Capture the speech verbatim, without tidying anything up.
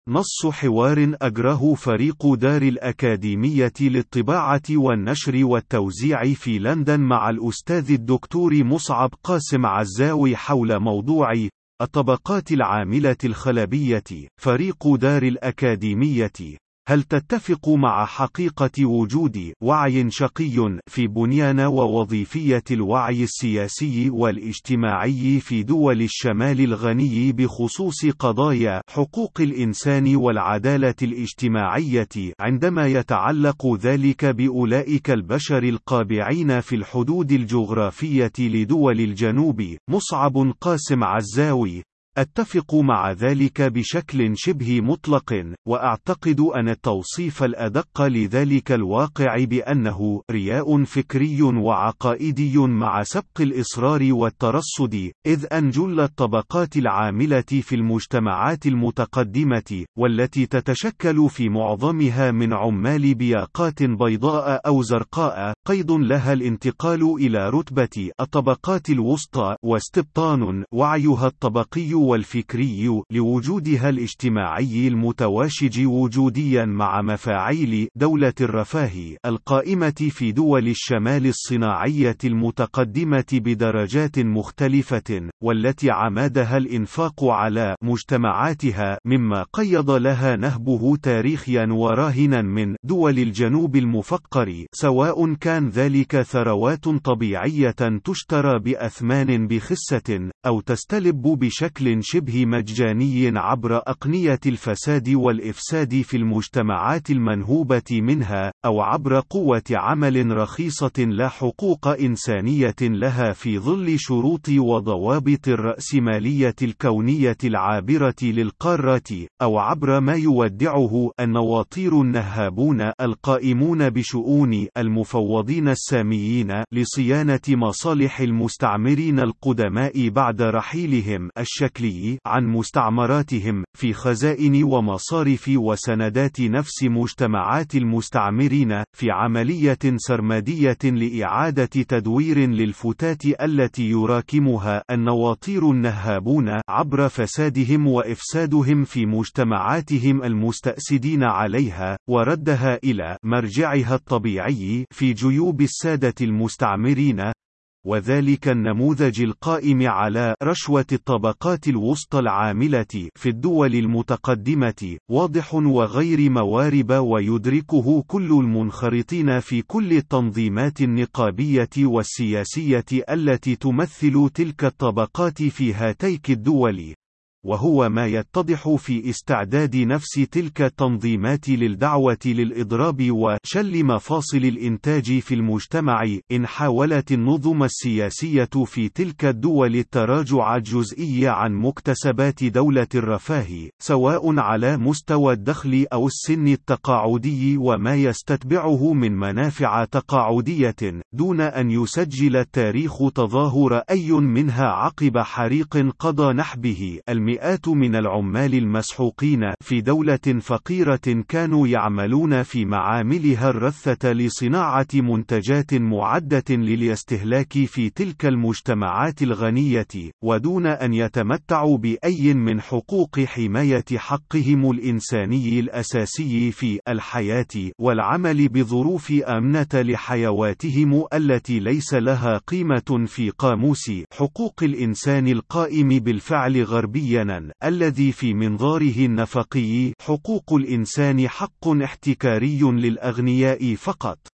نص حوار أجراه فريق دار الأكاديمية للطباعة والنشر والتوزيع في لندن مع الأستاذ الدكتور مصعب قاسم عزاوي حول موضوع الطبقات العاملة الخلبية. فريق دار الأكاديمية: هل تتفق مع حقيقة وجود وعي شقي في بنيان ووظيفية الوعي السياسي والاجتماعي في دول الشمال الغني بخصوص قضايا حقوق الإنسان والعدالة الاجتماعية، عندما يتعلق ذلك بأولئك البشر القابعين في الحدود الجغرافية لدول الجنوب؟ مصعب قاسم عزاوي: أتفق مع ذلك بشكل شبه مطلق، وأعتقد أن التوصيف الأدق لذلك الواقع بأنه رياء فكري وعقائدي مع سبق الإصرار والترصد، إذ أن جل الطبقات العاملة في المجتمعات المتقدمة، والتي تتشكل في معظمها من عمال بياقات بيضاء أو زرقاء، قيد لها الانتقال إلى رتبة الطبقات الوسطى، واستبطان وعيها الطبقي والفكري لوجودها الاجتماعي المتواشج وجوديا مع مفاعيل دولة الرفاه القائمة في دول الشمال الصناعية المتقدمة بدرجات مختلفة، والتي عمادها الإنفاق على مجتمعاتها، مما قيض لها نهبه تاريخيا وراهنا من دول الجنوب المفقر، سواء كان ذلك ثروات طبيعية تشترى بأثمان بخسة، أو تستلب بشكل شبه مجاني عبر أقنية الفساد والإفساد في المجتمعات المنهوبة منها، أو عبر قوة عمل رخيصة لا حقوق إنسانية لها في ظل شروط وضوابط الرأسمالية الكونية العابرة للقارات، أو عبر ما يودعه النواطير النهابون القائمون بشؤون المفوضين الساميين لصيانة مصالح المستعمرين القدماء بعد رحيلهم الشكلي عن مستعمراتهم في خزائن ومصارف وسندات نفس مجتمعات المستعمرين، في عملية سرمدية لإعادة تدوير للفتات التي يراكمها النواطير النهابون عبر فسادهم وإفسادهم في مجتمعاتهم المستأسدين عليها، وردها إلى مرجعها الطبيعي في جيوب السادة المستعمرين. وذلك النموذج القائم على رشوة الطبقات الوسطى العاملة في الدول المتقدمة واضح وغير موارب، ويدركه كل المنخرطين في كل التنظيمات النقابية والسياسية التي تمثل تلك الطبقات في هاتيك الدول، وهو ما يتضح في استعداد نفس تلك التنظيمات للدعوة للإضراب وشل مفاصل الإنتاج في المجتمع، إن حاولت النظم السياسية في تلك الدول التراجع الجزئي عن مكتسبات دولة الرفاه، سواء على مستوى الدخل أو السن التقاعدي وما يستتبعه من منافع تقاعدية، دون أن يسجل التاريخ تظاهر أي منها عقب حريق قضى نحبه المئات من العمال المسحوقين في دولة فقيرة كانوا يعملون في معاملها الرثة لصناعة منتجات معدة للاستهلاك في تلك المجتمعات الغنية، ودون أن يتمتعوا بأي من حقوق حماية حقهم الإنساني الأساسي في الحياة والعمل بظروف آمنة لحيواتهم التي ليس لها قيمة في قاموس حقوق الإنسان القائم بالفعل غربيا، الذي في منظاره النفقي حقوق الإنسان حق احتكاري للأغنياء فقط.